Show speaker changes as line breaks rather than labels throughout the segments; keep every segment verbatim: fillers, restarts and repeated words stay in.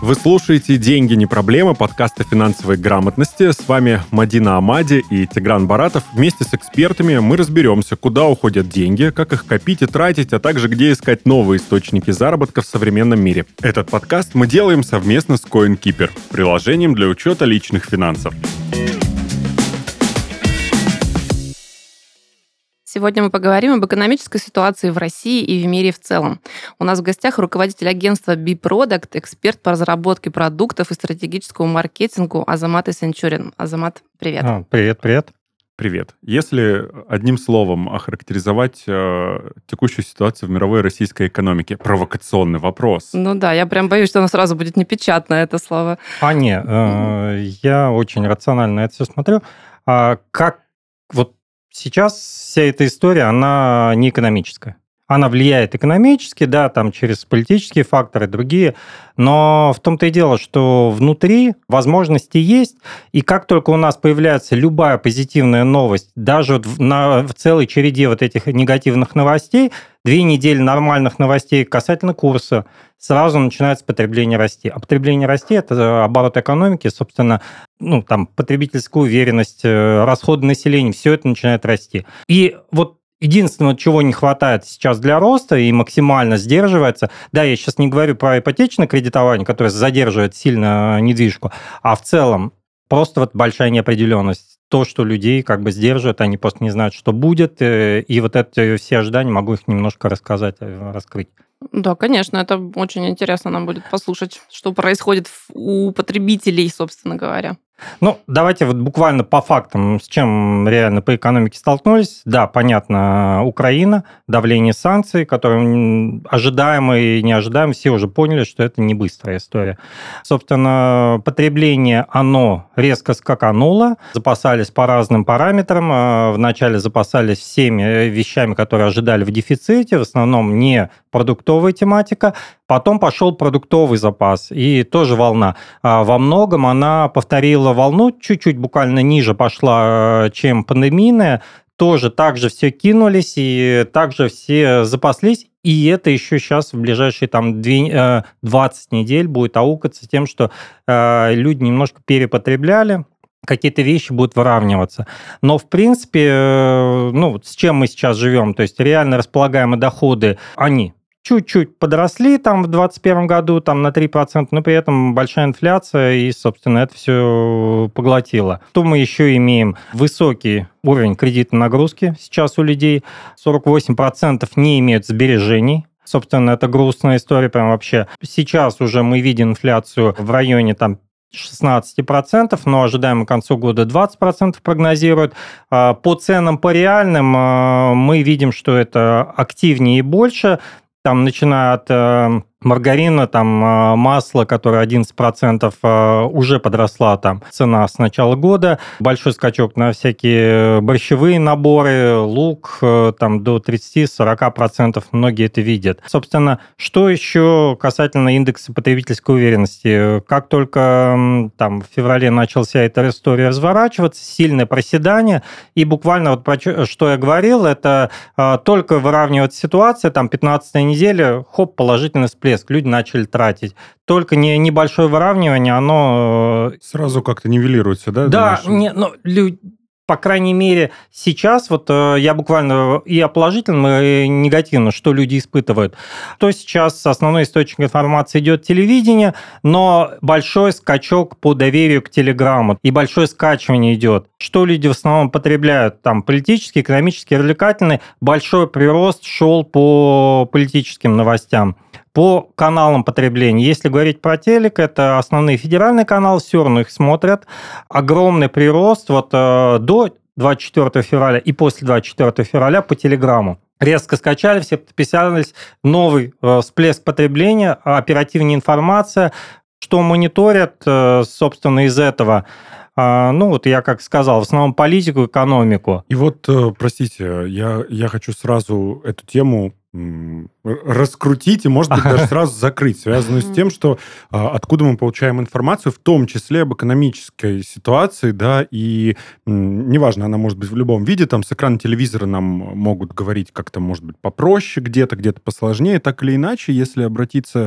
Вы слушаете «Деньги не проблема», подкаст о финансовой грамотности. С вами Мадина Амади и Тигран Баратов. Вместе с экспертами мы разберемся, куда уходят деньги, как их копить и тратить, а также где искать новые источники заработка в современном мире. Этот подкаст мы делаем совместно с CoinKeeper, приложением для учета личных финансов.
Сегодня мы поговорим об экономической ситуации в России и в мире в целом. У нас в гостях руководитель агентства B-Product, эксперт по разработке продуктов и стратегическому маркетингу Азамат Исенчурин. Азамат, привет.
А, привет, привет.
Привет. Если одним словом охарактеризовать э, текущую ситуацию в мировой российской экономике, провокационный вопрос.
Ну да, я прям боюсь, что оно сразу будет непечатное, это слово.
А, не, э, я очень рационально на это все смотрю. А как вот сейчас вся эта история, она не экономическая. Она влияет экономически, да, там через политические факторы, другие, но в том-то и дело, что внутри возможности есть, и как только у нас появляется любая позитивная новость, даже вот в, на, в целой череде вот этих негативных новостей, две недели нормальных новостей касательно курса, сразу начинается потребление расти. А потребление расти – это оборот экономики, собственно, ну, там, потребительская уверенность, расходы населения, все это начинает расти. И вот единственное, чего не хватает сейчас для роста и максимально сдерживается, да, я сейчас не говорю про ипотечное кредитование, которое задерживает сильно недвижку, а в целом просто вот большая неопределенность. То, что людей как бы сдерживает, они просто не знают, что будет, и вот эти все ожидания, могу их немножко рассказать, раскрыть.
Да, конечно, это очень интересно нам будет послушать, что происходит у потребителей, собственно говоря.
Ну, давайте вот буквально по фактам, с чем реально по экономике столкнулись. Да, понятно, Украина, давление санкций, которые ожидаемые и неожидаемые, все уже поняли, что это не быстрая история. Собственно, потребление, оно резко скакануло, запасались по разным параметрам. Вначале запасались всеми вещами, которые ожидали в дефиците, в основном не продуктовая тематика. Потом пошел продуктовый запас, и тоже волна. Во многом она повторила волну, чуть-чуть буквально ниже пошла, чем пандемийная. Тоже так же все кинулись, и также все запаслись. И это еще сейчас в ближайшие там двадцать недель будет аукаться тем, что люди немножко перепотребляли, какие-то вещи будут выравниваться. Но, в принципе, ну, с чем мы сейчас живем, то есть реально располагаемые доходы, они чуть-чуть подросли там в двадцать первом году там, на три процента, но при этом большая инфляция, и, собственно, это все поглотило. Что мы еще имеем? Высокий уровень кредитной нагрузки сейчас у людей. сорок восемь процентов не имеют сбережений. Собственно, это грустная история прям вообще. Сейчас уже мы видим инфляцию в районе там шестнадцать процентов, но ожидаемо к концу года двадцать процентов прогнозируют. По ценам, по реальным мы видим, что это активнее и больше. Там, начиная от э, маргарина, там, э, масла, которое одиннадцать процентов э, уже подросла там цена с начала года. Большой скачок на всякие борщевые наборы, лук, э, там, до тридцать-сорок процентов. Многие это видят. Собственно, что еще касательно индекса потребительской уверенности? Как только э, там, в феврале начался эта история разворачиваться, сильное проседание, и буквально, вот про что я говорил, это э, только выравнивается ситуация, там, пятнадцатая неделя, хоп, положительный всплеск, люди начали тратить. Только не, небольшое выравнивание, оно...
Сразу как-то нивелируется, да?
Да, не, ну, люди... По крайней мере, сейчас вот я буквально и о положительном, и негативном, что люди испытывают. То сейчас основной источник информации идет телевидение, но большой скачок по доверию к телеграмму и большое скачивание идет. Что люди в основном потребляют? Там политический, экономический, развлекательный. Большой прирост шел по политическим новостям. По каналам потребления. Если говорить про телек, это основные федеральные каналы, все равно их смотрят. Огромный прирост вот э, до двадцать четвёртого февраля и после двадцать четвёртого февраля по телеграмму. Резко скачали, все подписались. Новый э, всплеск потребления, оперативная информация. Что мониторят, э, собственно, из этого? Э, ну, вот я как сказал, в основном политику, экономику.
И вот, э, простите, я, я хочу сразу эту тему раскрутить и, может быть, даже сразу закрыть, связанную с тем, что а, откуда мы получаем информацию, в том числе об экономической ситуации, да, и м, неважно, она может быть в любом виде, там с экрана телевизора нам могут говорить как-то, может быть, попроще где-то, где-то посложнее, так или иначе, если обратиться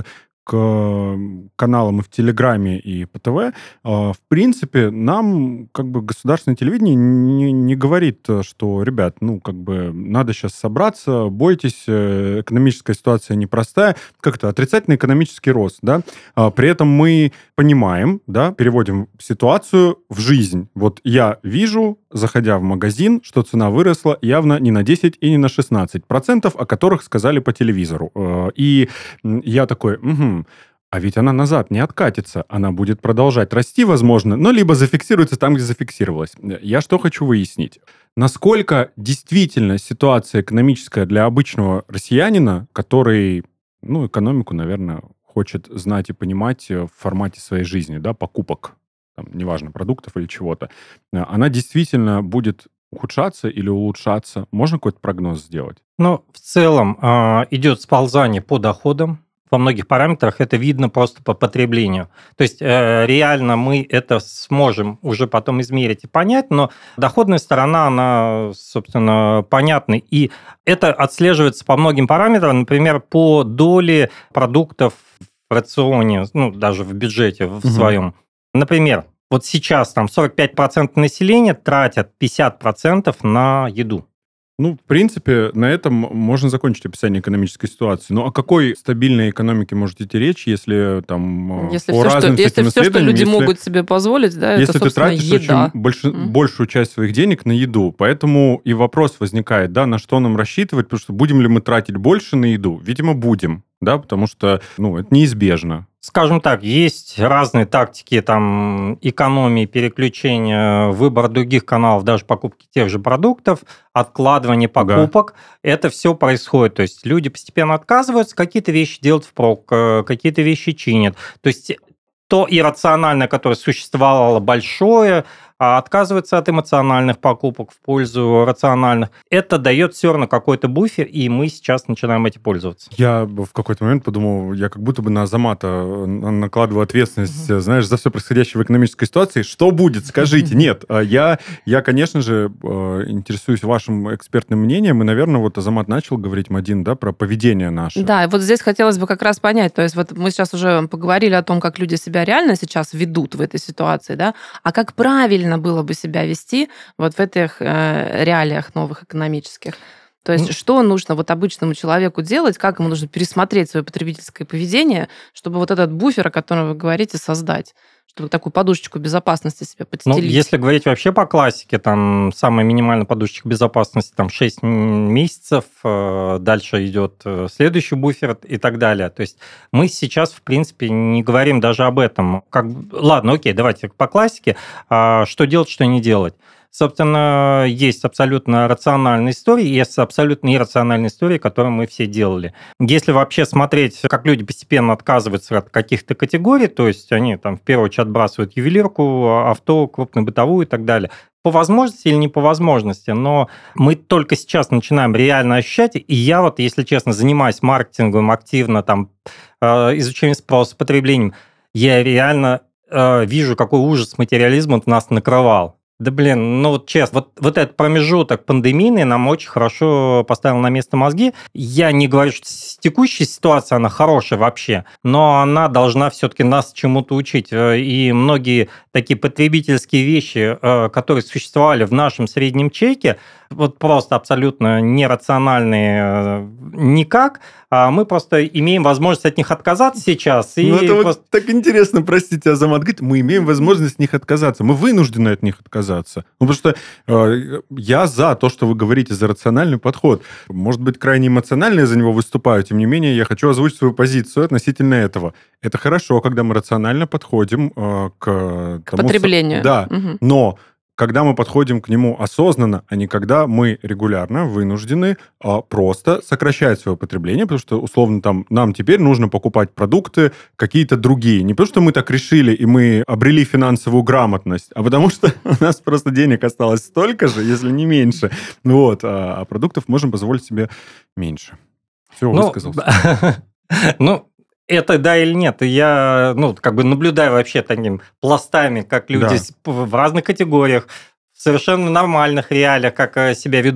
к каналам и в Телеграме, и по ТВ, в принципе, нам как бы государственное телевидение не, не говорит, что, ребят, ну, как бы надо сейчас собраться, бойтесь, экономическая ситуация непростая. Как это? Отрицательный экономический рост, да? При этом мы понимаем, да, переводим ситуацию в жизнь. Вот я вижу, заходя в магазин, что цена выросла явно не на десять и не на шестнадцать процентов, о которых сказали по телевизору. И я такой, угу, а ведь она назад не откатится, она будет продолжать расти, возможно, но либо зафиксируется там, где зафиксировалась. Я что хочу выяснить? Насколько действительно ситуация экономическая для обычного россиянина, который, ну, экономику, наверное, хочет знать и понимать в формате своей жизни, да, покупок, там, неважно, продуктов или чего-то, она действительно будет ухудшаться или улучшаться? Можно какой-то прогноз сделать?
Ну, в целом э, идет сползание по доходам. Во многих параметрах это видно просто по потреблению. То есть э, реально мы это сможем уже потом измерить и понять, но доходная сторона, она, собственно, понятна. И это отслеживается по многим параметрам, например, по доле продуктов в рационе, ну, даже в бюджете в угу. своем. Например, вот сейчас там сорок пять процентов населения тратят пятьдесят процентов на еду.
Ну, в принципе, на этом можно закончить описание экономической ситуации. Ну, о какой стабильной экономике может идти речь, если там
если
по
все,
разным
что, если все, что люди
если,
могут себе позволить, да,
если
это, собственно,
ты тратишь
еда.
очень больш,
mm.
большую часть своих денег на еду. Поэтому и вопрос возникает, да, на что нам рассчитывать, потому что будем ли мы тратить больше на еду? Видимо, будем, да, потому что, ну, это неизбежно.
Скажем так, есть разные тактики там, экономии, переключения, выбор других каналов, даже покупки тех же продуктов, откладывание покупок. Ага. Это все происходит. То есть люди постепенно отказываются, какие-то вещи делают впрок, какие-то вещи чинят. То есть то иррациональное, которое существовало большое, отказывается от эмоциональных покупок в пользу рациональных. Это дает все равно какой-то буфер, и мы сейчас начинаем этим пользоваться.
Я в какой-то момент подумал, я как будто бы на Азамата накладываю ответственность, uh-huh. знаешь, за все происходящее в экономической ситуации. Что будет? Скажите. Uh-huh. Нет, я, я, конечно же, интересуюсь вашим экспертным мнением, и, наверное, вот Азамат начал говорить, Мадин, да, про поведение наше.
Да, и вот здесь хотелось бы как раз понять, то есть вот мы сейчас уже поговорили о том, как люди себя реально сейчас ведут в этой ситуации, да, а как правильно было бы себя вести вот в этих э, реалиях новых экономических. То есть, mm. что нужно вот обычному человеку делать, как ему нужно пересмотреть свое потребительское поведение, чтобы вот этот буфер, о котором вы говорите, создать, чтобы такую подушечку безопасности себе подстелить.
Ну, если говорить вообще по классике, там самая минимальная подушечка безопасности там шесть месяцев, дальше идет следующий буфер и так далее. То есть мы сейчас, в принципе, не говорим даже об этом. Как... Ладно, окей, давайте по классике. Что делать, что не делать. Собственно, есть абсолютно рациональные истории, есть абсолютно иррациональные истории, которые мы все делали. Если вообще смотреть, как люди постепенно отказываются от каких-то категорий, то есть они там в первую очередь отбрасывают ювелирку, авто, крупную бытовую и так далее, по возможности или не по возможности, но мы только сейчас начинаем реально ощущать, и я вот, если честно, занимаюсь маркетингом активно, там, изучением спроса, потреблением, я реально вижу, какой ужас материализм нас накрывал. Да блин, ну вот честно, вот, вот этот промежуток пандемийный нам очень хорошо поставил на место мозги. Я не говорю, что текущая ситуация, она хорошая вообще, но она должна все-таки нас чему-то учить. И многие такие потребительские вещи, которые существовали в нашем среднем чеке, вот просто абсолютно нерациональные никак, а мы просто имеем возможность от них отказаться сейчас. И
ну, это
просто...
вот так интересно, простите, Азамат говорит, мы имеем возможность от них отказаться, мы вынуждены от них отказаться. Ну, потому что э, я за то, что вы говорите, за рациональный подход. Может быть, крайне эмоционально я за него выступаю, тем не менее, я хочу озвучить свою позицию относительно этого. Это хорошо, когда мы рационально подходим э, к...
К тому, потреблению.
Да,
угу.
но... когда мы подходим к нему осознанно, а не когда мы регулярно вынуждены а, просто сокращать свое потребление, потому что, условно, там, нам теперь нужно покупать продукты какие-то другие. Не потому что мы так решили, и мы обрели финансовую грамотность, а потому что у нас просто денег осталось столько же, если не меньше. Вот, а, а продуктов можем позволить себе меньше. Все,
ну,
высказался.
Ну, это да или нет? Я, ну, как бы наблюдаю вообще такими пластами, как люди да. в разных категориях, в совершенно нормальных реалиях, как себя ведут.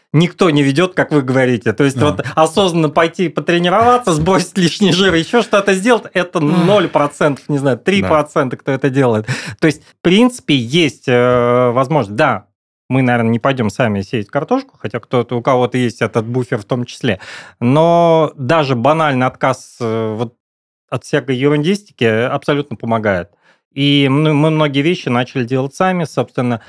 никто не ведет, как вы говорите. То есть да. вот осознанно пойти потренироваться, сбросить лишний жир, еще что-то сделать, это ноль процентов, не знаю, три процента, да. кто это делает. То есть, в принципе, есть э, возможность, да, мы, наверное, не пойдем сами сеять картошку, хотя кто-то, у кого-то есть этот буфер в том числе. Но даже банальный отказ э, вот, от всякой ерундистики абсолютно помогает. И мы, мы многие вещи начали делать сами, собственно.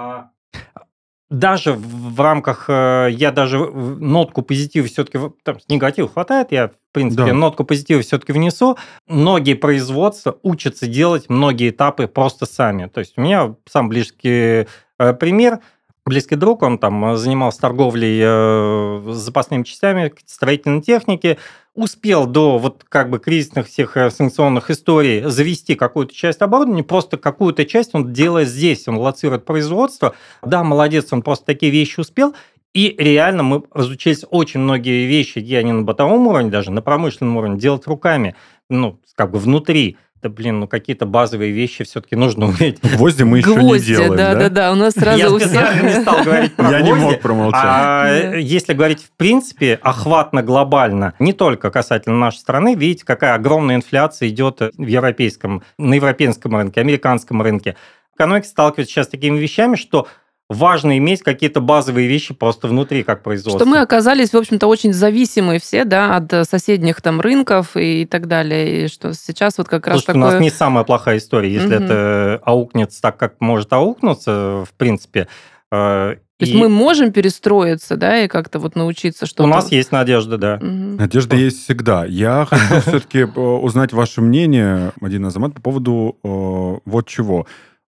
Даже в рамках, я даже нотку позитива все-таки, там негатива хватает, я, в принципе, да. нотку позитива все-таки внесу. Многие производства учатся делать многие этапы просто сами. То есть у меня сам близкий пример, близкий друг, он там занимался торговлей с запасными частями строительной техники, успел до вот как бы кризисных всех санкционных историй завести какую-то часть оборудования, просто какую-то часть он делает здесь, он лоцирует производство. Да, молодец, он просто такие вещи успел. И реально мы разучились очень многие вещи, где они на бытовом уровне, даже на промышленном уровне, делать руками, ну, как бы внутри. Да, блин, ну какие-то базовые вещи все-таки нужно уметь.
Гвозди мы еще
гвозди,
не делаем,
да? Да, да, да, у нас сразу
Я
у всех...
специально не стал говорить про
Я
гвозди.
не мог промолчать.
А если говорить в принципе охватно глобально, не только касательно нашей страны, видите, какая огромная инфляция идет в европейском, на европейском рынке, американском рынке. Экономика сталкивается сейчас с такими вещами, что важно иметь какие-то базовые вещи просто внутри, как производство.
Что мы оказались, в общем-то, очень зависимы все, да, от соседних там рынков и так далее, и что сейчас вот как раз
Слушайте,
такое...
у нас не самая плохая история, если угу. это аукнется так, как может аукнуться, в принципе.
То и... есть мы можем перестроиться, да, и как-то вот научиться что-то...
У нас есть надежда, да.
Угу. Надежда есть всегда. Я хочу все-таки узнать ваше мнение, Мадина, Азамат, по поводу вот чего.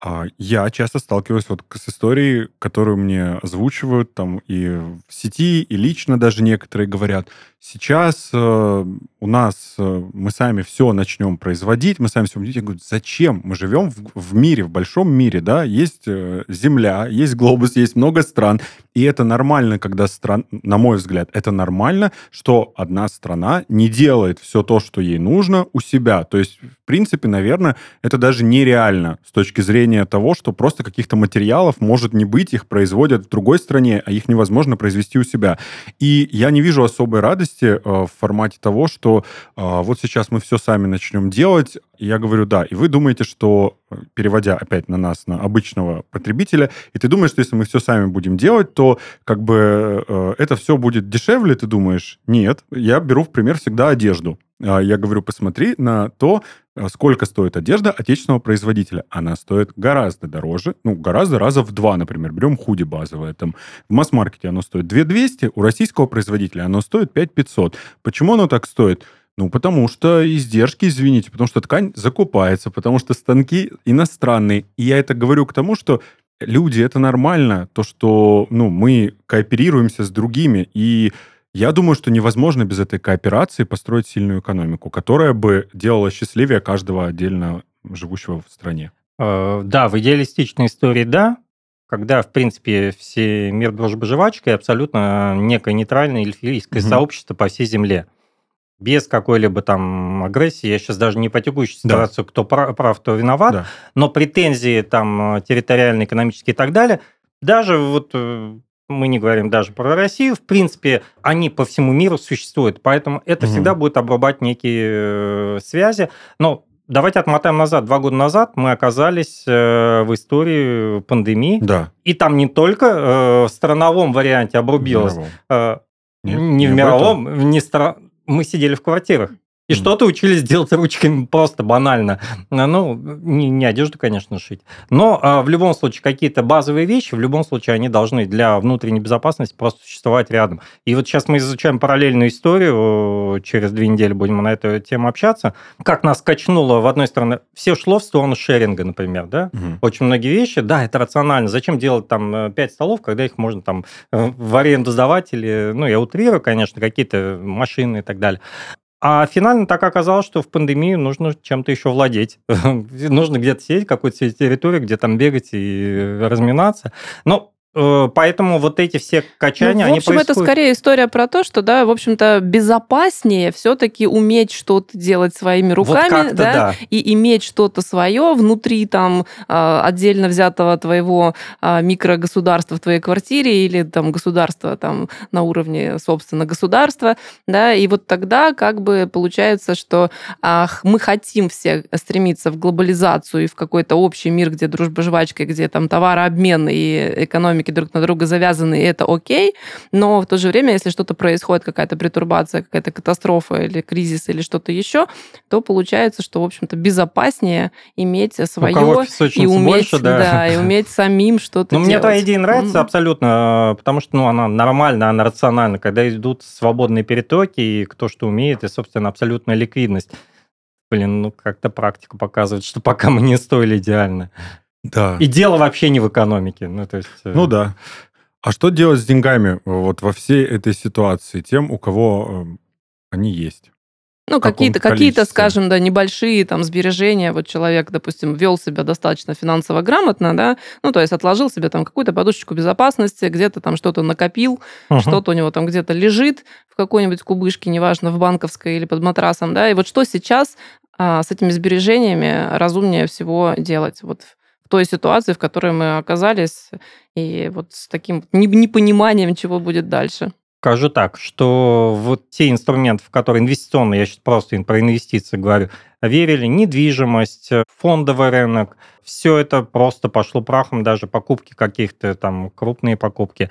Я часто сталкиваюсь вот с историей, которую мне озвучивают там и в сети, и лично даже некоторые говорят, сейчас э, у нас э, мы сами все начнем производить, мы сами все будем делать. Я говорю, зачем? Мы живем в, в мире, в большом мире, да, есть э, Земля, есть глобус, есть много стран, и это нормально, когда стран, на мой взгляд, это нормально, что одна страна не делает все то, что ей нужно у себя. То есть, в принципе, наверное, это даже нереально с точки зрения того, что просто каких-то материалов может не быть, их производят в другой стране, а их невозможно произвести у себя. И я не вижу особой радости э, в формате того, что э, вот сейчас мы все сами начнем делать. И я говорю, да. И вы думаете, что, переводя опять на нас, на обычного потребителя, и ты думаешь, что если мы все сами будем делать, то как бы э, это все будет дешевле, ты думаешь? Нет. Я беру в пример всегда одежду. Я говорю, посмотри на то, сколько стоит одежда отечественного производителя. Она стоит гораздо дороже, ну, гораздо раза в два, например. Берем худи базовое. Там, в масс-маркете оно стоит две тысячи двести, у российского производителя оно стоит пять тысяч пятьсот. Почему оно так стоит? Ну, потому что издержки, извините, потому что ткань закупается, потому что станки иностранные. И я это говорю к тому, что люди, это нормально, то, что ну, мы кооперируемся с другими, и я думаю, что невозможно без этой кооперации построить сильную экономику, которая бы делала счастливее каждого отдельно живущего в стране.
Да, в идеалистичной истории, да, когда, в принципе, все мир, дружба, жвачка и абсолютно некое нейтральное эльфийское угу. сообщество по всей земле. Без какой-либо там агрессии. Я сейчас даже не по текущей ситуации, да. кто прав, прав, кто виноват, да. но претензии там территориальные, экономические и так далее, даже вот... Мы не говорим даже про Россию. В принципе, они по всему миру существуют. Поэтому это угу. всегда будет обрубать некие связи. Но давайте отмотаем назад. Два года назад мы оказались в истории пандемии.
Да.
И там не только в страновом варианте обрубилось. В Нет, не, не в мировом. Не стра... Мы сидели в квартирах. И mm. что-то учились делать ручками просто банально. Ну, не, не одежду, конечно, шить. Но а, в любом случае какие-то базовые вещи, в любом случае они должны для внутренней безопасности просто существовать рядом. И вот сейчас мы изучаем параллельную историю, через две недели будем на эту тему общаться. Как нас качнуло, в одной стороне, все шло в сторону шеринга, например, да? Mm. Очень многие вещи, да, это рационально. Зачем делать там пять столов, когда их можно там в аренду сдавать или, ну, я утрирую, конечно, какие-то машины и так далее. А финально так оказалось, что в пандемию нужно чем-то еще владеть. Нужно где-то сидеть, какую-то территорию, где там бегать и разминаться. Но Поэтому вот эти все качания,
ну, в общем,
они происходят.
Это скорее история про то, что, да, в общем-то, безопаснее все-таки уметь что-то делать своими руками,
вот
да,
да,
и иметь что-то свое внутри там отдельно взятого твоего микрогосударства в твоей квартире или там государства там на уровне, собственно, государства, да, и вот тогда как бы получается, что ах, мы хотим все стремиться в глобализацию и в какой-то общий мир, где дружба жвачка, где там товарообмен и экономика друг на друга завязаны, и это окей, но в то же время, если что-то происходит, какая-то пертурбация, какая-то катастрофа или кризис или что-то еще, то получается, что, в общем-то, безопаснее иметь свое и уметь,
больше, да.
Да, и уметь самим что-то
ну,
делать.
Мне твоя идея нравится
mm-hmm.
абсолютно, потому что ну, она нормальна, она рациональна, когда идут свободные перетоки, и кто что умеет, и, собственно, абсолютная ликвидность. Блин, ну как-то практика показывает, что пока мы не стоили идеально.
Да.
И дело вообще не в экономике. Ну, то есть...
ну да. А что делать с деньгами вот во всей этой ситуации тем, у кого э, они есть?
Ну, какие-то, какие-то, скажем, да, небольшие там сбережения. Вот человек, допустим, вел себя достаточно финансово грамотно, да, ну, то есть отложил себе там какую-то подушечку безопасности, где-то там что-то накопил, uh-huh. что-то у него там где-то лежит в какой-нибудь кубышке, неважно, в банковской или под матрасом, да, и вот что сейчас а, с этими сбережениями разумнее всего делать? Вот в той ситуации, в которой мы оказались, и вот с таким непониманием, чего будет дальше.
Скажу так, что вот те инструменты, в которые инвестиционные, я сейчас просто про инвестиции говорю, верили, недвижимость, фондовый рынок, все это просто пошло прахом, даже покупки каких-то там, крупные покупки.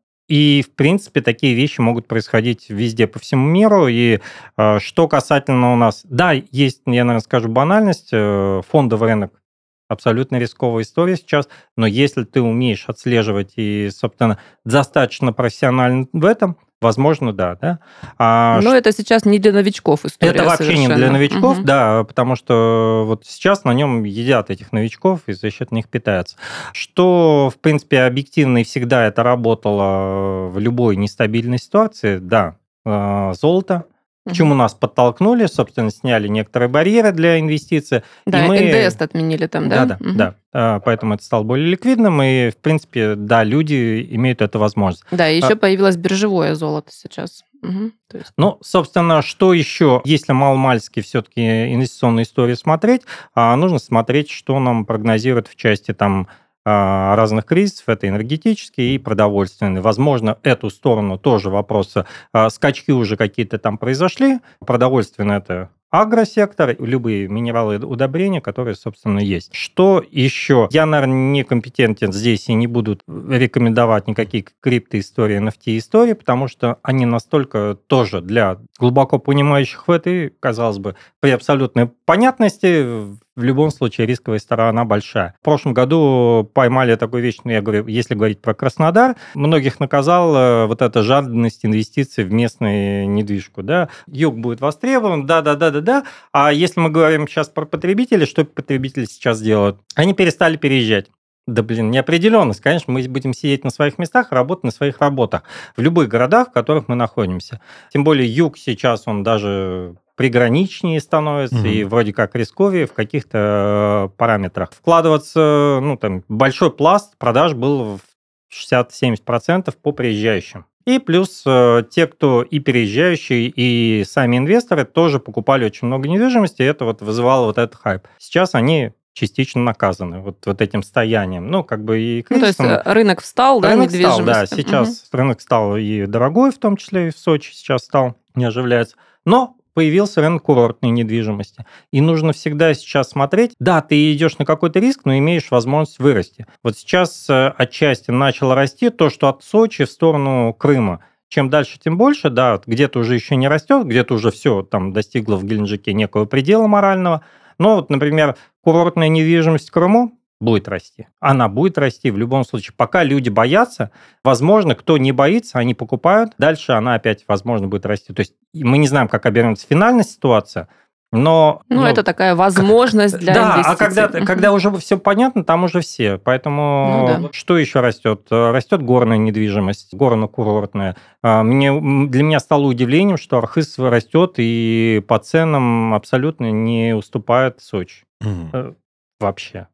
И, в принципе, такие вещи могут происходить везде по всему миру. И э, что касательно у нас... Да, есть, я, наверное, скажу банальность, э, фондовый рынок абсолютно рисковая история сейчас, но если ты умеешь отслеживать и, собственно, достаточно профессионально в этом, возможно, да. да?
А, но ш... это сейчас не для новичков история.
Это вообще
совершенно.
не для новичков,
угу.
да, потому что вот сейчас на нем едят этих новичков и за счет них питаются. Что, в принципе, объективно и всегда это работало в любой нестабильной ситуации, да, золото. К чему нас подтолкнули, собственно, сняли некоторые барьеры для инвестиций.
Да,
и мы...
эн дэ эс отменили там, да?
Да, да,
угу.
да. Поэтому это стало более ликвидным, и, в принципе, да, люди имеют эту возможность.
Да, и еще а... появилось биржевое золото сейчас. Угу. То есть...
Ну, собственно, что еще? Если маломальски все-таки инвестиционную историю смотреть, нужно смотреть, что нам прогнозируют в части там разных кризисов, это энергетические и продовольственные. Возможно, эту сторону тоже вопросы. Скачки уже какие-то там произошли. Продовольственные – это агросектор, любые минералы и удобрения, которые, собственно, есть. Что еще? Я, наверное, некомпетентен здесь и не буду рекомендовать никакие криптоистории, эн эф ти-истории, потому что они настолько тоже для глубоко понимающих в этой, казалось бы, при абсолютной понятности, в любом случае рисковая сторона большая. В прошлом году поймали такую вещь, ну, я говорю, если говорить про Краснодар, многих наказал вот эта жадность инвестиций в местную недвижку. Да? Юг будет востребован, да-да-да-да-да. А если мы говорим сейчас про потребителей, что потребители сейчас делают? Они перестали переезжать. Да, блин, неопределенность. Конечно, мы будем сидеть на своих местах, работать на своих работах в любых городах, в которых мы находимся. Тем более юг сейчас, он даже приграничнее становится mm-hmm. и вроде как рисковее в каких-то параметрах. Вкладываться, ну, там, большой пласт продаж был в шестьдесят-семьдесят процентов по приезжающим. И плюс э, те, кто и переезжающие, и сами инвесторы тоже покупали очень много недвижимости, и это вот вызывало вот этот хайп. Сейчас они частично наказаны вот, вот этим стоянием. Ну, как бы и кризисом.
Ну, то есть рынок встал, да,
рынок
недвижимости?
Встал, да, сейчас угу. рынок стал и дорогой, в том числе и в Сочи сейчас стал, не оживляется. Но появился рынок курортной недвижимости. И нужно всегда сейчас смотреть, да, ты идешь на какой-то риск, но имеешь возможность вырасти. Вот сейчас отчасти начало расти то, что от Сочи в сторону Крыма. Чем дальше, тем больше, да, где-то уже еще не растет, где-то уже все там достигло в Геленджике некого предела морального. Но вот, например, курортная недвижимость в Крыму будет расти. Она будет расти в любом случае. Пока люди боятся, возможно, кто не боится, они покупают. Дальше она опять, возможно, будет расти. То есть мы не знаем, как обернется финальная ситуация, но...
Ну, ну это такая возможность для
да,
инвестиций.
А когда, uh-huh. когда уже все понятно, там уже все. Поэтому ну, да. что еще растет? Растет горная недвижимость, горно-курортная. Мне, для меня стало удивлением, что Архыз растет и по ценам абсолютно не уступает Сочи. Uh-huh. Вообще.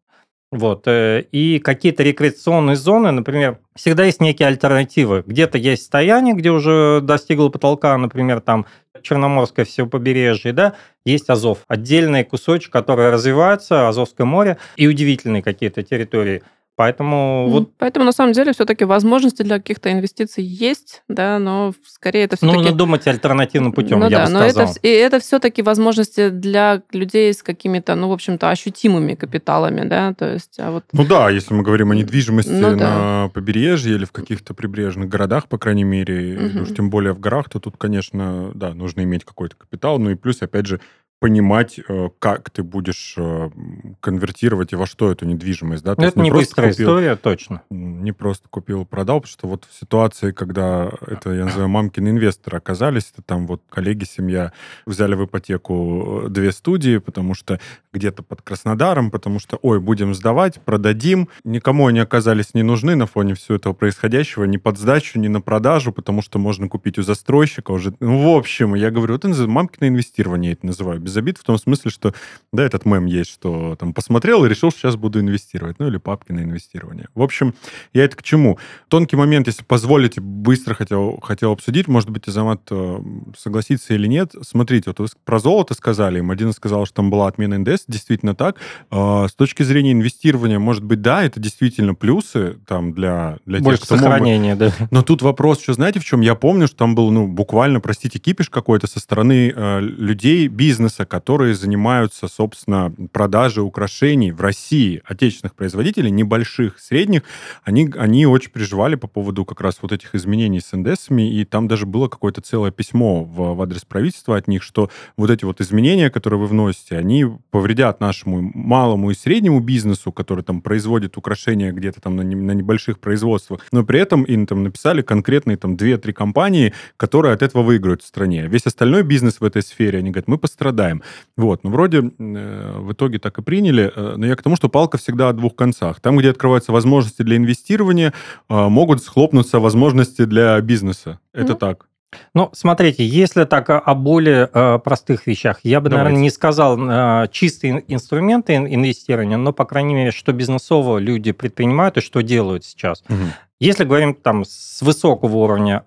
Вот. И какие-то рекреационные зоны, например, всегда есть некие альтернативы. Где-то есть стояние, где уже достигло потолка, например, там Черноморское все побережье, да, есть Азов. Отдельный кусочек, который развивается, Азовское море, и удивительные какие-то территории. Поэтому
Mm.
вот...
Поэтому, на самом деле, все-таки возможности для каких-то инвестиций есть, да, но скорее это все-таки...
Нужно думать альтернативным путем,
ну,
я
да,
бы
но
сказал.
Это, и это все-таки возможности для людей с какими-то, ну, в общем-то, ощутимыми капиталами, да, то есть... А вот...
Ну да, если мы говорим о недвижимости
ну, да.
на побережье или в каких-то прибрежных городах, по крайней мере,
Угу.
или уж тем более в горах, то тут, конечно, да, нужно иметь какой-то капитал, ну и плюс, опять же, понимать, как ты будешь конвертировать и во что эту недвижимость, да?
То это не, не быстрая купил, история, точно.
Не просто купил, продал, потому что вот в ситуации, когда это, я называю, мамкины инвесторы оказались, это там вот коллеги, семья взяли в ипотеку две студии, потому что где-то под Краснодаром, потому что, ой, будем сдавать, продадим. Никому они оказались не нужны на фоне всего этого происходящего, ни под сдачу, ни на продажу, потому что можно купить у застройщика уже. Ну, в общем, я говорю, вот это мамкино инвестирование, я это называю. Без обид в том смысле, что, да, этот мем есть, что там посмотрел и решил, что сейчас буду инвестировать. Ну, или папкино инвестирование. В общем, я это к чему? Тонкий момент, если позволите, быстро хотел, хотел обсудить, может быть, Азамат согласится или нет. Смотрите, вот вы про золото сказали, Мадина сказала, что там была отмена эн дэ эс, действительно так. С точки зрения инвестирования, может быть, да, это действительно плюсы там для, для
Больше
тех, кто
сохранения,
мог бы...
да.
Но тут вопрос, что знаете, в чем? Я помню, что там был, ну, буквально, простите, кипиш какой-то со стороны э, людей бизнеса, которые занимаются, собственно, продажей украшений в России, отечественных производителей, небольших, средних. Они, они очень переживали по поводу как раз вот этих изменений с эн дэ эсами, и там даже было какое-то целое письмо в, в адрес правительства от них, что вот эти вот изменения, которые вы вносите, они повредят нашему малому и среднему бизнесу, который там производит украшения где-то там на, не, на небольших производствах, но при этом им там написали конкретные там две-три компании, которые от этого выиграют в стране. Весь остальной бизнес в этой сфере, они говорят, мы пострадаем. Вот, ну вроде э, в итоге так и приняли, э, но я к тому, что палка всегда о двух концах. Там, где открываются возможности для инвестирования, э, могут схлопнуться возможности для бизнеса. Это mm-hmm. так.
Ну, смотрите, если так о более э, простых вещах, я бы, Давайте. наверное, не сказал э, чистые инструменты инвестирования, но, по крайней мере, что бизнесово люди предпринимают и что делают сейчас. Угу. Если говорим там с высокого уровня,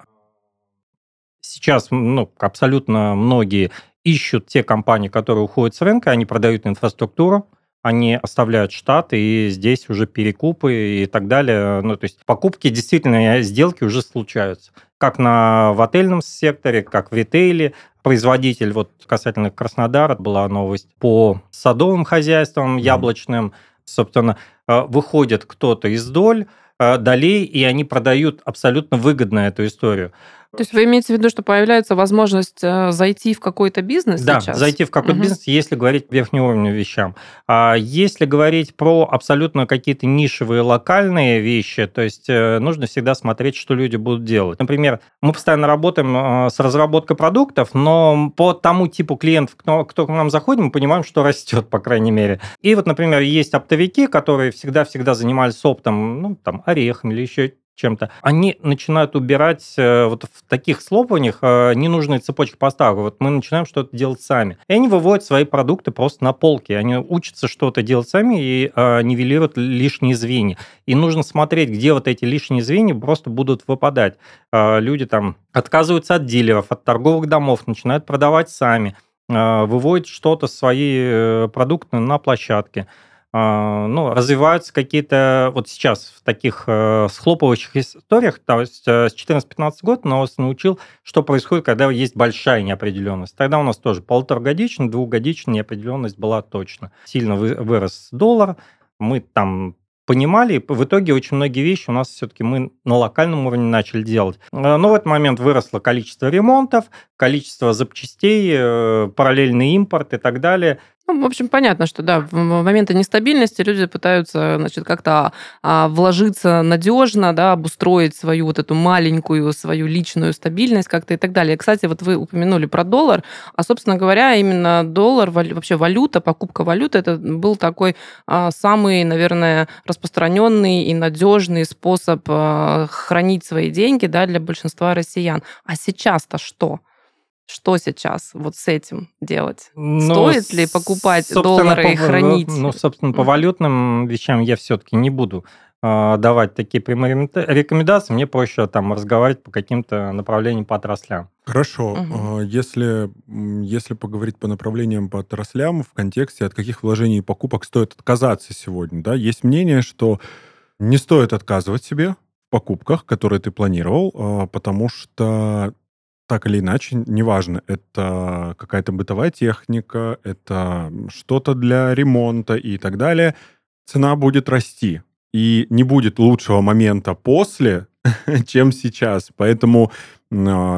сейчас ну, абсолютно многие ищут те компании, которые уходят с рынка, они продают инфраструктуру, они оставляют штат, и здесь уже перекупы и так далее. Ну, то есть покупки, действительно, сделки уже случаются. Как на, в отельном секторе, как в ритейле. Производитель, вот касательно Краснодара, была новость по садовым хозяйствам яблочным. Mm-hmm. Собственно, выходит кто-то из доль, долей, и они продают абсолютно выгодно эту историю.
То есть вы имеете в виду, что появляется возможность зайти в какой-то бизнес
да,
сейчас?
Да, зайти в какой-то угу. бизнес, если говорить верхнеуровневым вещам. А если говорить про абсолютно какие-то нишевые, локальные вещи, то есть нужно всегда смотреть, что люди будут делать. Например, мы постоянно работаем с разработкой продуктов, но по тому типу клиентов, кто, кто к нам заходит, мы понимаем, что растет, по крайней мере. И вот, например, есть оптовики, которые всегда-всегда занимались оптом, ну, там, орехами или еще чем-то, они начинают убирать вот в таких слопаниях ненужные цепочки поставок. Вот мы начинаем что-то делать сами. И они выводят свои продукты просто на полки. Они учатся что-то делать сами и нивелируют лишние звенья. И нужно смотреть, где вот эти лишние звенья просто будут выпадать. Люди там отказываются от дилеров, от торговых домов, начинают продавать сами, выводят что-то, свои продукты на площадке. Ну, развиваются какие-то, вот сейчас в таких э, схлопывающих историях, то есть э, с четырнадцатого-пятнадцатого года нас научил, что происходит, когда есть большая неопределенность. Тогда у нас тоже полуторагодичная, двухгодичная неопределенность была точно. Сильно вы, вырос доллар, мы там понимали, в итоге очень многие вещи у нас все-таки мы на локальном уровне начали делать. Но в этот момент выросло количество ремонтов, количество запчастей, э, параллельный импорт и так далее.
Ну, в общем, понятно, что да, в моменты нестабильности люди пытаются, значит, как-то а, вложиться надежно, да, обустроить свою вот эту маленькую, свою личную стабильность как-то и так далее. Кстати, вот вы упомянули про доллар, а, собственно говоря, именно доллар, вообще валюта, покупка валюты, это был такой а, самый, наверное, распространенный и надежный способ а, хранить свои деньги, да, для большинства россиян. А сейчас-то что? Что сейчас вот с этим делать?
Ну,
Стоит ли покупать доллары
по,
и хранить?
Ну, собственно, по валютным вещам я все-таки не буду э, давать такие прямые рекомендации. Мне проще там разговаривать по каким-то направлениям по отраслям.
Хорошо.
Угу.
Если, если поговорить по направлениям, по отраслям, в контексте, от каких вложений и покупок стоит отказаться сегодня, да, есть мнение, что не стоит отказывать себе в покупках, которые ты планировал, потому что так или иначе, неважно, это какая-то бытовая техника, это что-то для ремонта и так далее, цена будет расти. И не будет лучшего момента после, чем сейчас. Поэтому э,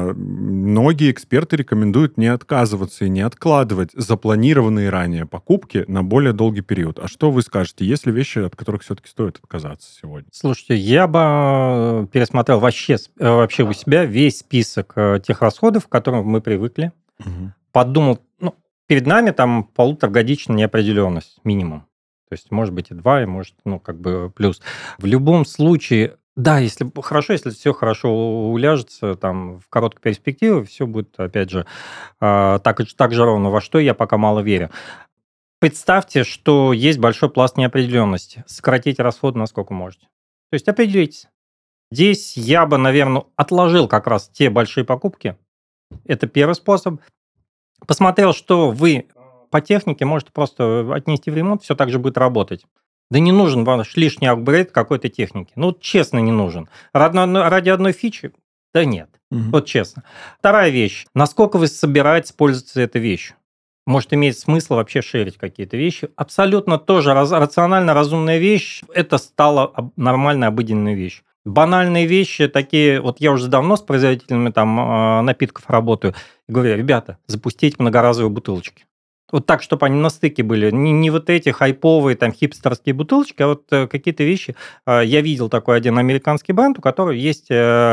многие эксперты рекомендуют не отказываться и не откладывать запланированные ранее покупки на более долгий период. А что вы скажете? Есть ли вещи, от которых все-таки стоит отказаться сегодня?
Слушайте, я бы пересмотрел вообще, вообще у себя весь список тех расходов, к которым мы привыкли.
Угу.
Подумал, ну, перед нами там полуторагодичная неопределенность минимум. То есть, может быть, и два, и может, ну, как бы плюс. В любом случае, да, если хорошо, если все хорошо уляжется, там, в короткой перспективе, все будет, опять же, так, так же ровно, во что я пока мало верю. Представьте, что есть большой пласт неопределенности. Сократите расходы насколько можете. То есть, определитесь. Здесь я бы, наверное, отложил как раз те большие покупки. Это первый способ. Посмотрел, что вы по технике можете просто отнести в ремонт, все так же будет работать. Да не нужен ваш лишний апгрейд какой-то техники. Ну, честно, не нужен. Ради одной фичи? Да нет. Угу. Вот честно. Вторая вещь. Насколько вы собираетесь пользоваться этой вещью? Может, имеет смысл вообще шерить какие-то вещи. Абсолютно тоже рационально разумная вещь. Это стало нормальной обыденной вещью. Банальные вещи такие, вот я уже давно с производителями там напитков работаю, и говорю, ребята, запустите многоразовые бутылочки. Вот так, чтобы они на стыке были. Не, не вот эти хайповые, там, хипстерские бутылочки, а вот какие-то вещи. Я видел такой один американский бренд, у которого есть...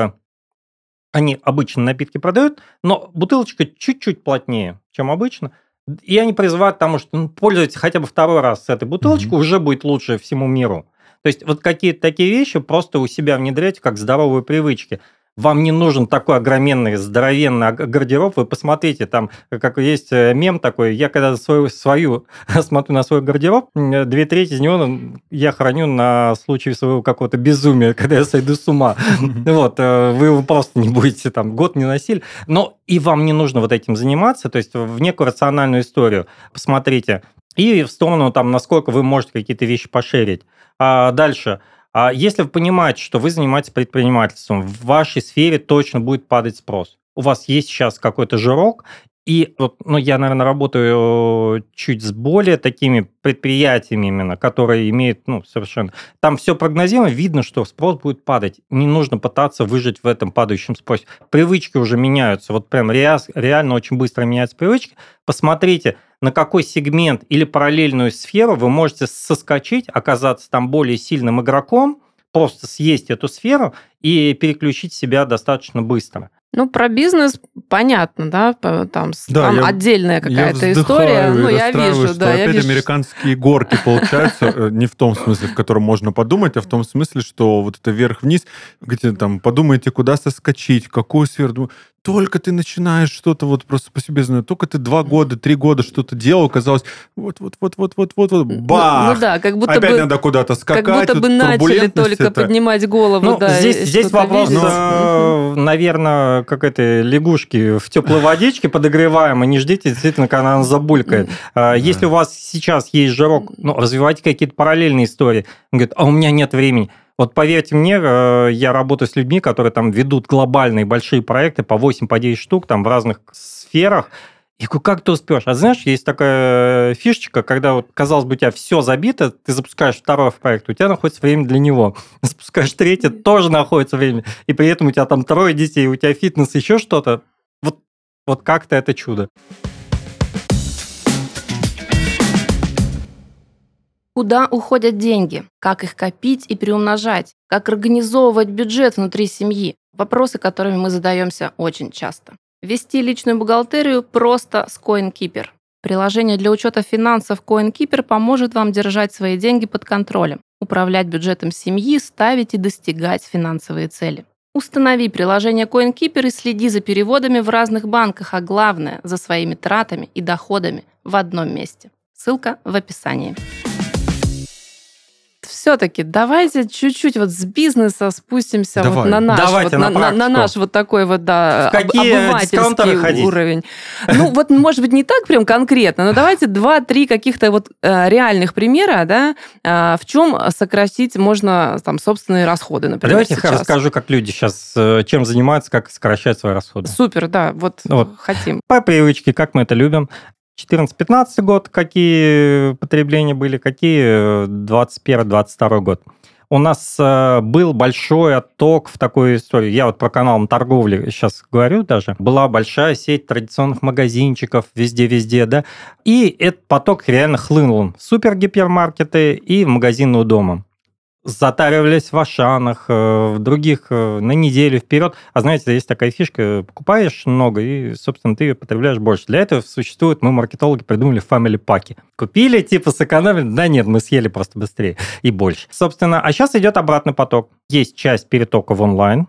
Они обычно напитки продают, но бутылочка чуть-чуть плотнее, чем обычно. И они призывают к тому, что ну, пользуйтесь хотя бы второй раз с этой бутылочкой, mm-hmm. уже будет лучше всему миру. То есть вот какие-то такие вещи просто у себя внедряйте как здоровые привычки. Вам не нужен такой огроменный, здоровенный гардероб. Вы посмотрите, там, как есть мем такой, я когда свою, свою смотрю на свой гардероб, две трети из него я храню на случай своего какого-то безумия, когда я сойду с ума. Вот, вы его просто не будете там год не носили. Но и вам не нужно вот этим заниматься, то есть в некую рациональную историю посмотрите. И в сторону, там, насколько вы можете какие-то вещи пошерить. А дальше... А если вы понимаете, что вы занимаетесь предпринимательством, в вашей сфере точно будет падать спрос. У вас есть сейчас какой-то жирок, и вот, ну, я, наверное, работаю чуть с более такими предприятиями именно, которые имеют, ну, совершенно... Там все прогнозируемо, видно, что спрос будет падать. Не нужно пытаться выжить в этом падающем спросе. Привычки уже меняются. Вот прям реально очень быстро меняются привычки. Посмотрите, на какой сегмент или параллельную сферу вы можете соскочить, оказаться там более сильным игроком, просто съесть эту сферу и переключить себя достаточно быстро.
Ну, про бизнес понятно, да, там,
да,
там
я,
отдельная какая-то
я
история. Ну, я вижу,
что
да,
опять
я вижу.
американские горки получаются не в том смысле, в котором можно подумать, а в том смысле, что вот это вверх-вниз, где там подумаете, куда соскочить, в какую сферу. Только ты начинаешь что-то, вот просто по себе знаю, только ты два года, три года что-то делал, казалось, вот-вот-вот-вот-вот-вот, бах!
Ну, ну да, как будто
опять
бы,
надо куда-то скакать.
Как будто бы начали только это... поднимать голову.
Ну,
да,
здесь здесь вопрос,
но...
наверное, как это, лягушки в теплой водичке подогреваем, и не ждите действительно, когда она забулькает. Да. Если у вас сейчас есть жирок, ну, развивайте какие-то параллельные истории. Он говорит, а у меня нет времени. Вот поверьте мне, я работаю с людьми, которые там ведут глобальные большие проекты по восемь, по девять штук там в разных сферах. И как ты успешь? А знаешь, есть такая фишечка, когда, вот, казалось бы, у тебя все забито, ты запускаешь второй проект, у тебя находится время для него. Запускаешь третий, тоже находится время. И при этом у тебя там трое детей, у тебя фитнес, еще что-то. Вот, вот как-то это чудо.
Куда уходят деньги? Как их копить и приумножать? Как организовывать бюджет внутри семьи? Вопросы, которыми мы задаемся очень часто. Вести личную бухгалтерию просто с CoinKeeper. Приложение для учета финансов CoinKeeper поможет вам держать свои деньги под контролем, управлять бюджетом семьи, ставить и достигать финансовые цели. Установи приложение CoinKeeper и следи за переводами в разных банках, а главное, за своими тратами и доходами в одном месте. Ссылка в описании. Все-таки давайте чуть-чуть вот с бизнеса спустимся вот на наш, вот, на, на, на наш вот такой вот, да, обывательский уровень. Ну, вот, может быть, не так прям конкретно, но давайте два-три каких-то вот э, реальных примера, да, э, в чем сократить можно там собственные расходы, например,
Давайте
сейчас.
я расскажу, как люди сейчас чем занимаются, как сокращать свои расходы.
Супер, да, вот, вот. хотим.
По привычке, как мы это любим. четырнадцатый-пятнадцатый год, какие потребления были, какие двадцать первый двадцать второй год. У нас был большой отток в такую историю. Я вот про канал торговли сейчас говорю даже. Была большая сеть традиционных магазинчиков везде-везде, да. И этот поток реально хлынул в супергипермаркеты и в магазины у дома. Затаривались в Ашанах, в других на неделю вперед. А знаете, есть такая фишка, покупаешь много, и, собственно, ты ее потребляешь больше. Для этого существует, мы, маркетологи, придумали family паки. Купили, типа, сэкономили. Да нет, мы съели просто быстрее и больше. Собственно, а сейчас идет обратный поток. Есть часть перетока в онлайн,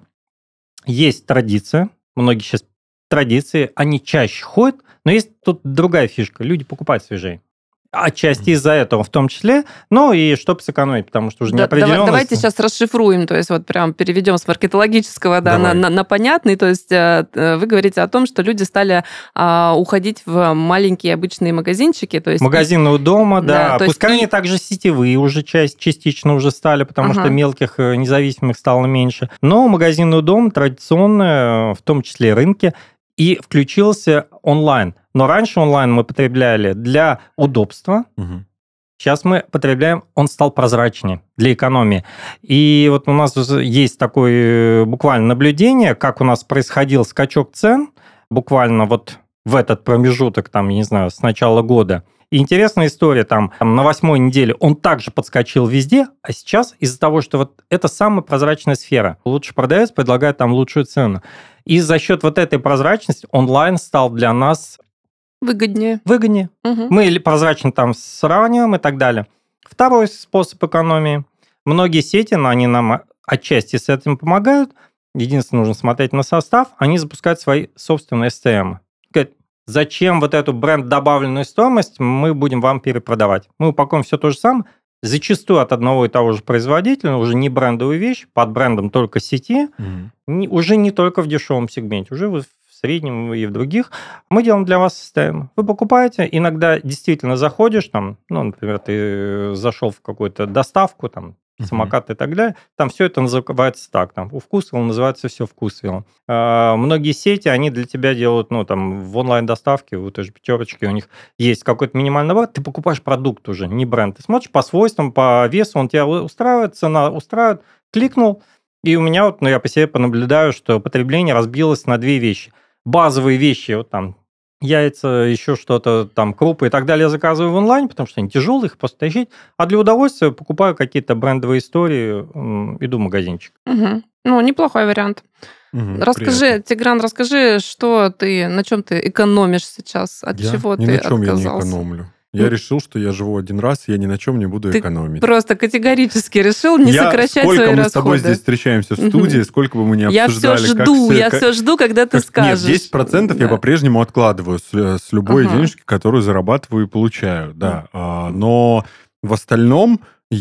есть традиция. Многие сейчас традиции, они чаще ходят, но есть тут другая фишка. Люди покупают свежее. Отчасти из-за этого в том числе, ну и чтобы сэкономить, потому что уже
да,
неопределенность...
Давайте сейчас расшифруем, то есть вот прям переведем с маркетологического да, на, на, на понятный, то есть вы говорите о том, что люди стали а, уходить в маленькие обычные магазинчики. То есть
магазины у дома, да,
да
пускай
есть...
они также сетевые уже часть, частично уже стали, потому ага. что мелких независимых стало меньше, но магазины у дома традиционные, в том числе рынки, и включился онлайн. Но раньше онлайн мы потребляли для удобства. Угу. Сейчас мы потребляем, он стал прозрачнее для экономии. И вот у нас есть такое буквально наблюдение, как у нас происходил скачок цен, буквально вот в этот промежуток, там, я не знаю, с начала года. И интересная история, там, там на восьмой неделе он также подскочил везде, а сейчас из-за того, что вот это самая прозрачная сфера, лучший продавец предлагает там лучшую цену. И за счет вот этой прозрачности онлайн стал для нас
выгоднее.
Выгоднее. Угу. Мы прозрачно там сравниваем и так далее. Второй способ экономии. Многие сети, но они нам отчасти с этим помогают. Единственное, нужно смотреть на состав. Они запускают свои собственные эс тэ эм. Говорят, зачем вот эту бренд-добавленную стоимость мы будем вам перепродавать? Мы упакуем все то же самое. Зачастую от одного и того же производителя, уже не брендовую вещь, под брендом только сети, mm-hmm. не, уже не только в дешевом сегменте, уже в среднем и в других. Мы делаем для вас систему. Вы покупаете, иногда действительно заходишь, там, ну, например, ты зашел в какую-то доставку, там, mm-hmm. самокат и так далее, там все это называется так, там, у Вкусвилла называется все Вкусвилл. А, многие сети, они для тебя делают, ну, там, в онлайн-доставке, у той же пятерочки, у них есть какой-то минимальный набор, ты покупаешь продукт уже, не бренд. Ты смотришь по свойствам, по весу, он тебя устраивает, цена устраивает, кликнул, и у меня вот, ну, я по себе понаблюдаю, что потребление разбилось на две вещи. Базовые вещи, вот там, яйца, еще что-то, там, крупы и так далее я заказываю в онлайн, потому что они тяжелые, их просто тащить. А для удовольствия покупаю какие-то брендовые истории, иду в магазинчик.
Угу. Ну, неплохой вариант. Угу, расскажи, приятно. Тигран, расскажи, что ты, на чем ты экономишь сейчас, от
я?
чего
Ни
ты
на чем
отказался?
Я не экономлю. Я решил, что я живу один раз, и я ни на чем не буду
Ты
экономить.
Просто категорически решил не
я,
сокращать
сколько
свои
мы
расходы.
с тобой здесь встречаемся в студии, угу. сколько бы мы ни обсуждали.
Я все жду,
как,
я
как,
все жду, когда ты
как,
скажешь.
Нет, десять процентов да. я по-прежнему откладываю с, с любой ага. денежки, которую зарабатываю и получаю. Да. А, но в остальном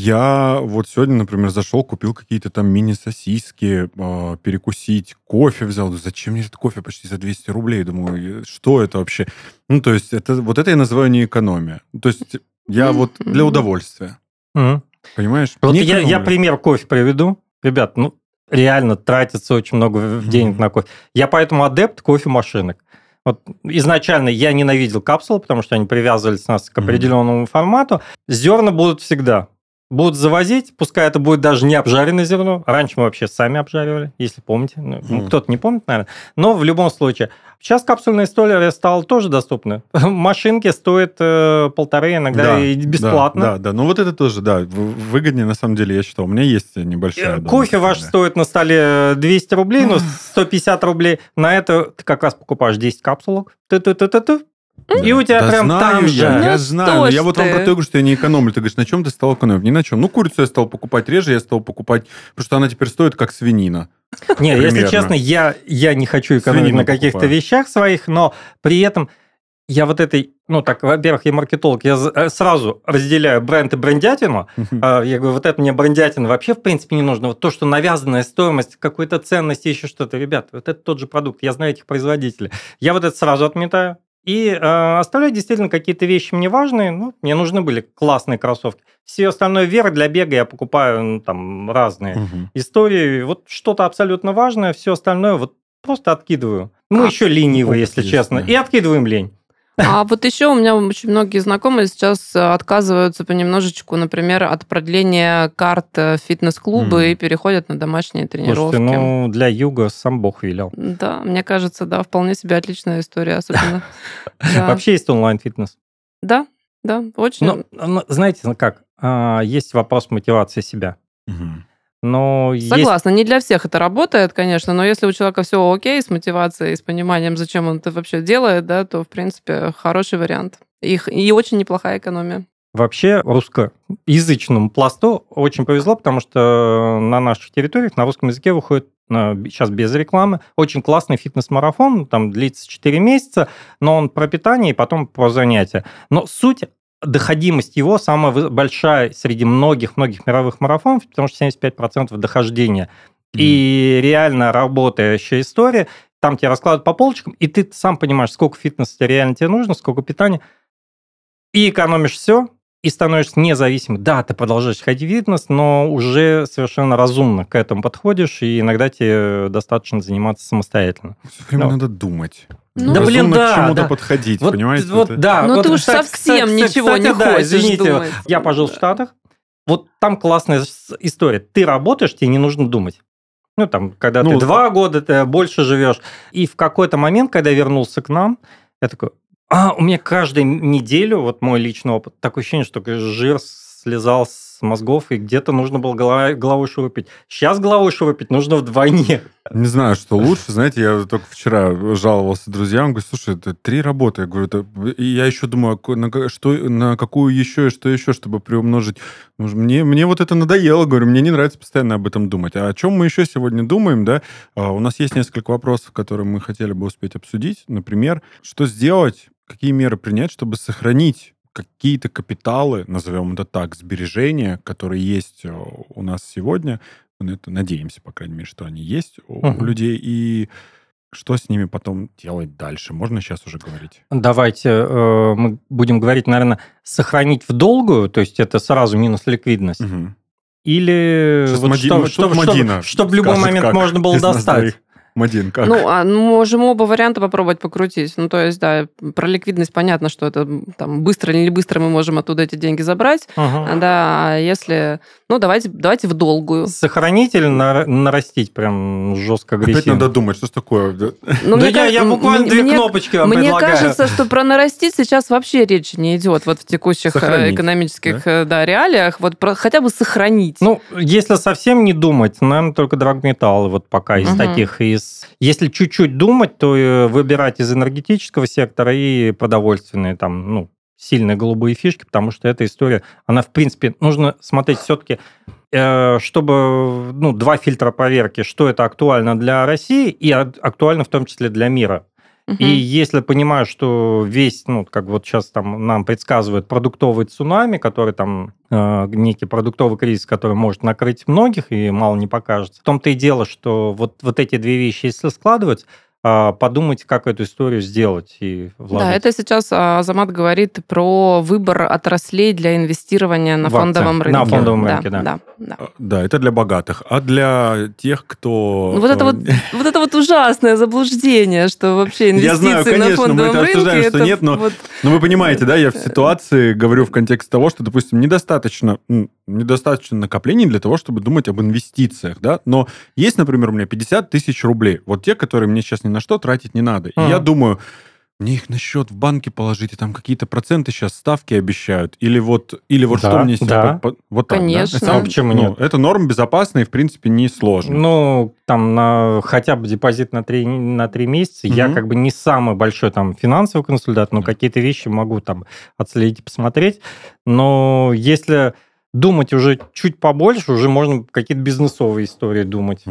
я вот сегодня, например, зашел, купил какие-то там мини-сосиски, э, перекусить, кофе взял. Зачем мне этот кофе почти за двести рублей? Думаю, что это вообще? Ну, то есть, это, вот это я называю не экономия. То есть, я вот для удовольствия.
Mm-hmm.
Понимаешь?
Вот я, я пример кофе приведу. Ребят, ну, реально тратится очень много денег mm-hmm. на кофе. Я поэтому адепт кофемашинок. Вот изначально я ненавидел капсулы, потому что они привязывались нас к определенному mm-hmm. формату. Зерна будут всегда. Будут завозить, пускай это будет даже не обжаренное зерно. Раньше мы вообще сами обжаривали, если помните. Ну, mm. кто-то не помнит, наверное. Но в любом случае. Сейчас капсульная история стала тоже доступна. Машинки стоят э, полторы, иногда да, и бесплатно.
Да, да, да. Ну вот это тоже, да, выгоднее на самом деле, я считал. У меня есть небольшая...
Кофе ваш да. стоит на столе двести рублей, ну, сто пятьдесят рублей. На это ты как раз покупаешь десять капсулок. Ты-ты-ты-ты-ты. И у тебя
Да
прям
знаю
там
я,
же.
я
Ну
знаю.
что
но
ж
Я вот вам
ты.
про то говорю, что я не экономлю. Ты говоришь, на чем ты стал экономить? Ни на чем. Ну, курицу я стал покупать реже, я стал покупать, потому что она теперь стоит как свинина.
Не, если
Примерно.
честно, я, я не хочу экономить
Свинину
на каких-то
покупаю.
вещах своих, но при этом я вот этой, ну так, во-первых, я маркетолог, я з- э, сразу разделяю бренд и брендятину. А, Я говорю, вот это мне брендятина вообще в принципе не нужно. Вот то, что навязанная стоимость, какой-то ценности, еще что-то. Ребят, вот это тот же продукт, я знаю этих производителей. Я вот это сразу отметаю. И э, оставляю действительно какие-то вещи мне важные. Ну, мне нужны были классные кроссовки. Все остальное вверх для бега я покупаю ну, там разные
Мгм.
истории. Вот что-то абсолютно важное, все остальное вот просто откидываю. Мы
А,
еще ленивые,
опыт
если
есть,
честно.
да.
И откидываем лень.
А вот еще у меня очень многие знакомые сейчас э, отказываются понемножечку, например, от продления карт э, в фитнес-клубы
Мгм.
и переходят на домашние тренировки.
Слушайте, ну для юга сам Бог велел.
Да, мне кажется, да, вполне себе отличная история, особенно. Да.
Вообще есть онлайн-фитнес.
Да, да, очень.
Но, ну, знаете, ну как, а, есть вопрос мотивации себя.
Мгм.
Но есть...
Согласна, не для всех это работает, конечно, но если у человека все окей с мотивацией, с пониманием, зачем он это вообще делает, да, то, в принципе, хороший вариант. Их, и очень неплохая экономия.
Вообще русскоязычному пласту очень повезло, потому что на наших территориях на русском языке выходит э, сейчас без рекламы очень классный фитнес-марафон, там длится четыре месяца, но он про питание и потом про занятия. Но суть, доходимость его самая вы- большая среди многих-многих мировых марафонов, потому что семьдесят пять процентов дохождения. И реально работающая история, там тебя раскладывают по полочкам, и ты сам понимаешь, сколько фитнеса тебе реально тебе нужно, сколько питания, и экономишь все, и становишься независимым. Да, ты продолжаешь ходить в фитнес, но уже совершенно разумно к этому подходишь, и иногда тебе достаточно заниматься самостоятельно.
Все время
Ну.
надо думать.
Ну,
Да, блин,
Разумно
да,
к чему-то
да.
подходить,
Вот,
понимаете?
вот,
Это-
да.
Ну,
вот,
ты уж
кстати,
совсем
кстати,
ничего
кстати,
не
да,
хочешь
извините,
думать.
я пожил в Штатах, вот там классная с- история. Ты работаешь, тебе не нужно думать. Ну, там, когда
Ну,
ты два года, ты больше живешь. И в какой-то момент, когда я вернулся к нам, я такой, а, у меня каждую неделю, вот мой личный опыт, такое ощущение, что жир слезал с мозгов, и где-то нужно было голова- головой шурупить. Сейчас головой шурупить нужно вдвойне.
Не знаю, что лучше. Знаете, я только вчера жаловался друзьям, говорю, слушай, это три работы. Я говорю, это... И я еще думаю, а ко- на, ка- что, на какую еще и что еще, чтобы приумножить. Ну, Мне, мне вот это надоело, говорю, мне не нравится постоянно об этом думать. А о чем мы еще сегодня думаем, да? А, У нас есть несколько вопросов, которые мы хотели бы успеть обсудить. Например, что сделать, какие меры принять, чтобы сохранить какие-то капиталы, назовем это так, сбережения, которые есть э, у нас сегодня. Мы на это надеемся, по крайней мере, что они есть у, у
Мгм.
людей. И что с ними потом делать дальше? Можно сейчас уже говорить?
Давайте э, мы будем говорить, наверное, сохранить в долгую, то есть это сразу минус ликвидность,
Мгм.
или
Сейчас
вот
Мади-
что-
ну, тут
чтобы,
Мадина
чтобы в любой
скажет,
момент
как
можно было
из нас
достать.
двоих. Мадин, как?
Ну, а, ну, можем оба варианта попробовать покрутить. Ну, то есть, да, про ликвидность понятно, что это там быстро или не быстро мы можем оттуда эти деньги забрать.
Ага.
А, Да, а если... Ну, давайте, давайте в долгую.
Сохранить или нар- нарастить прям жестко
Опять
агрессивно?
надо думать, что ж такое? Да?
Ну,
да
мне
я,
ка-
я буквально
мне-
две
мне-
кнопочки вам
Мне
предлагаю.
кажется, что про нарастить сейчас вообще речи не идет вот в текущих э,
Сохранить,
экономических э, да, реалиях. Вот про, хотя бы сохранить.
Ну, если совсем не думать, наверное, только драгметаллы вот пока из
Мгм.
таких. Из... Если чуть-чуть думать, то э, выбирать из энергетического сектора и продовольственные там, ну, сильные голубые фишки, потому что эта история, она, в принципе, нужно смотреть все-таки, э, чтобы, ну, два фильтра проверки, что это актуально для России и а- актуально в том числе для мира.
Мгм.
И если понимаю, что весь, ну, как вот сейчас там нам предсказывают продуктовый цунами, который там, э, некий продуктовый кризис, который может накрыть многих и мало не покажется. В том-то и дело, что вот, вот эти две вещи, если складывать, э, подумать, как эту историю сделать и вложить.
Да, это сейчас а, Азамат говорит про выбор отраслей для инвестирования на
В акции.
фондовом
На
рынке.
фондовом рынке, да.
Да, да.
А, Да, это для богатых. А для тех, кто...
Ну, вот это
э,
вот, вот это вот ужасное заблуждение, что вообще
Я
инвестиции
знаю,
на
конечно, мы
фондовом
это
рынке...
обсуждаем, что
это
нет, но-
вот-
Ну, вы понимаете, да, я в ситуации говорю в контексте того, что, допустим, недостаточно, м, недостаточно накоплений для того, чтобы думать об инвестициях, да, но есть, например, у меня пятьдесят тысяч рублей, вот те, которые мне сейчас ни на что тратить не надо. И
Ага.
я думаю, мне их на счет в банке положить, и там какие-то проценты сейчас, ставки обещают. Или вот, или вот
Да,
что мне... с-
да.
по- по- Вот так, да?
Конечно.
Это,
А почему
ну,
нет?
это норм безопасная и, в принципе, не сложно.
Ну, там на, хотя бы депозит на три, на три месяца. Я
Мгм.
как бы не самый большой там финансовый консультант, но какие-то вещи могу там отследить и посмотреть. Но если думать уже чуть побольше, уже можно какие-то бизнесовые истории думать.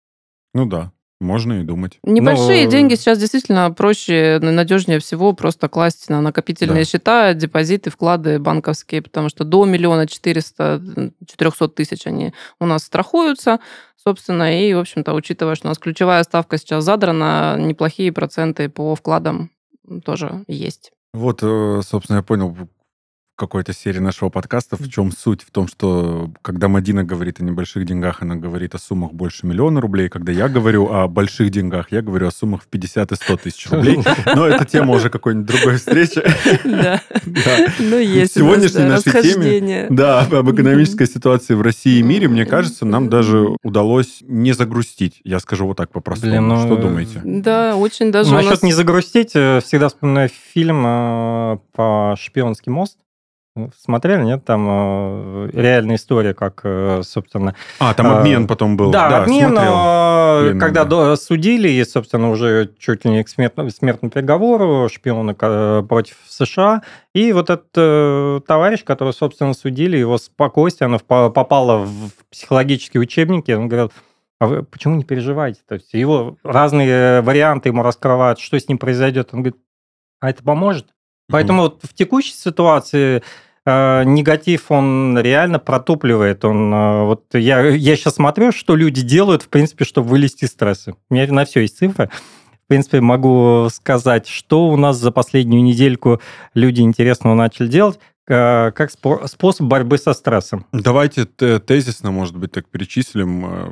Ну да, можно и думать.
Небольшие
Ну,
деньги сейчас действительно проще, надежнее всего просто класть на накопительные
Да.
счета, депозиты, вклады банковские, потому что до миллиона четыреста, четырехсот тысяч они у нас страхуются, собственно, и, в общем-то, учитывая, что у нас ключевая ставка сейчас задрана, неплохие проценты по вкладам тоже есть.
Вот, э, собственно, я понял в какой-то серии нашего подкаста, в чем суть. В том, что когда Мадина говорит о небольших деньгах, она говорит о суммах больше миллиона рублей. Когда я говорю о больших деньгах, я говорю о суммах в пятьдесят и сто тысяч рублей. Но это тема уже какой-нибудь другой встречи.
Да.
Да.
Ну, есть
В сегодняшней
у нас, да,
нашей теме,
расхождение.
да, об экономической ситуации в России и мире, мне
Мгм.
кажется, нам даже удалось не загрустить. Я скажу вот так по-простому.
Блин, ну,
Что думаете?
Да, очень даже у
Насчет
нас...
не загрустить, э, всегда вспоминаю фильм э, по «Шпионский мост». Смотрели, нет? Там э, реальная история, как, э, собственно...
А, там
А,
обмен потом был.
Да, обмен,
смотрел.
но
Блин,
когда
да.
до- судили, и, собственно, уже чуть ли не к смертному, смертному приговору шпиона ко- против США, и вот этот э, товарищ, которого, собственно, судили, его спокойствие, оно впа- попало в психологические учебники, он говорил, а вы почему не переживаете? То есть его разные варианты ему раскрывают, что с ним произойдет. Он говорит, а это поможет? Поэтому вот в текущей ситуации э, негатив, он реально протупливает. Он, э, вот я, я сейчас смотрю, что люди делают, в принципе, чтобы вылезти из стресса. У меня на все есть цифры. В принципе, могу сказать, что у нас за последнюю недельку люди интересного начали делать, э, как спо- способ борьбы со стрессом.
Давайте т- тезисно, может быть, так перечислим. э,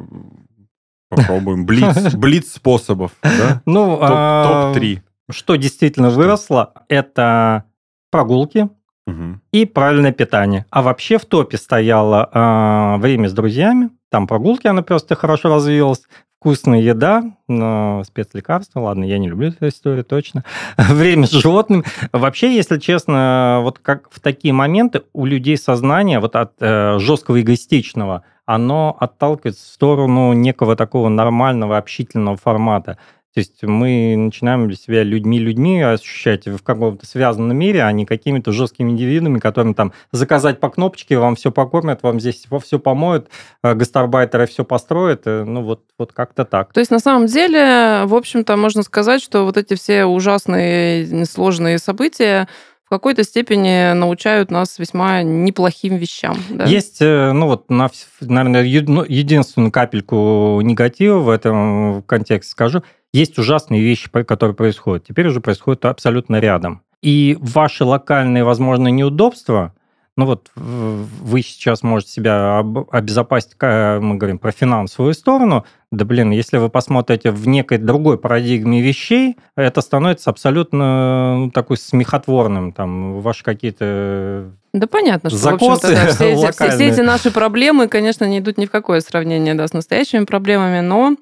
Попробуем. Блиц, блиц способов. Да?
Ну,
Топ-
а,
Топ-три.
Что действительно
Что?
выросло, это прогулки
Мгм.
и правильное питание. А вообще в топе стояло а, время с друзьями, там прогулки, она просто хорошо развилась, вкусная еда, но спецлекарства, ладно, я не люблю эту историю, точно. Время с животным. Вообще, если честно, вот как в такие моменты у людей сознание вот от э, жесткого эгоистичного, оно отталкивается в сторону некого такого нормального общительного формата. То есть мы начинаем для себя людьми-людьми ощущать в каком-то связанном мире, а не какими-то жесткими индивидами, которым там заказать по кнопочке, вам все покормят, вам здесь все помоют, э, гастарбайтеры все построят. э, Ну вот, вот как-то так.
То есть, на самом деле, в общем-то, можно сказать, что вот эти все ужасные, сложные события в какой-то степени научают нас весьма неплохим вещам. Да?
Есть, э, ну вот, на, вс- наверное, ед- ну, единственную капельку негатива в этом контексте скажу. Есть ужасные вещи, по- которые происходят. Теперь уже происходят абсолютно рядом. И ваши локальные, возможно, неудобства, ну вот в- вы сейчас можете себя об- обезопасить, ка- мы говорим про финансовую сторону, да блин, если вы посмотрите в некой другой парадигме вещей, это становится абсолютно ну, такой смехотворным. Там ваши какие-то
Да понятно, что,
закосы
в общем-то, да, все, эти, все- все
локальные.
эти наши проблемы, конечно, не идут ни в какое сравнение, да, с настоящими проблемами, но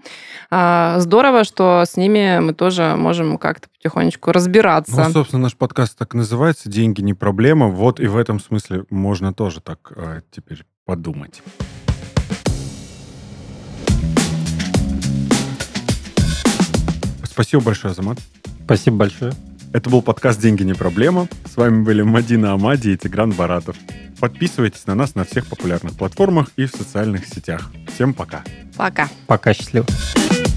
а, здорово, что с ними мы тоже можем как-то потихонечку разбираться.
Ну, собственно, наш подкаст так и называется «Деньги не проблема». Вот и в этом смысле можно тоже так э, теперь подумать. Спасибо большое, Азамат.
Спасибо большое.
Это был подкаст «Деньги не проблема». С вами были Мадина Амади и Тигран Баратов. Подписывайтесь на нас на всех популярных платформах и в социальных сетях. Всем пока.
Пока.
Пока, счастливо.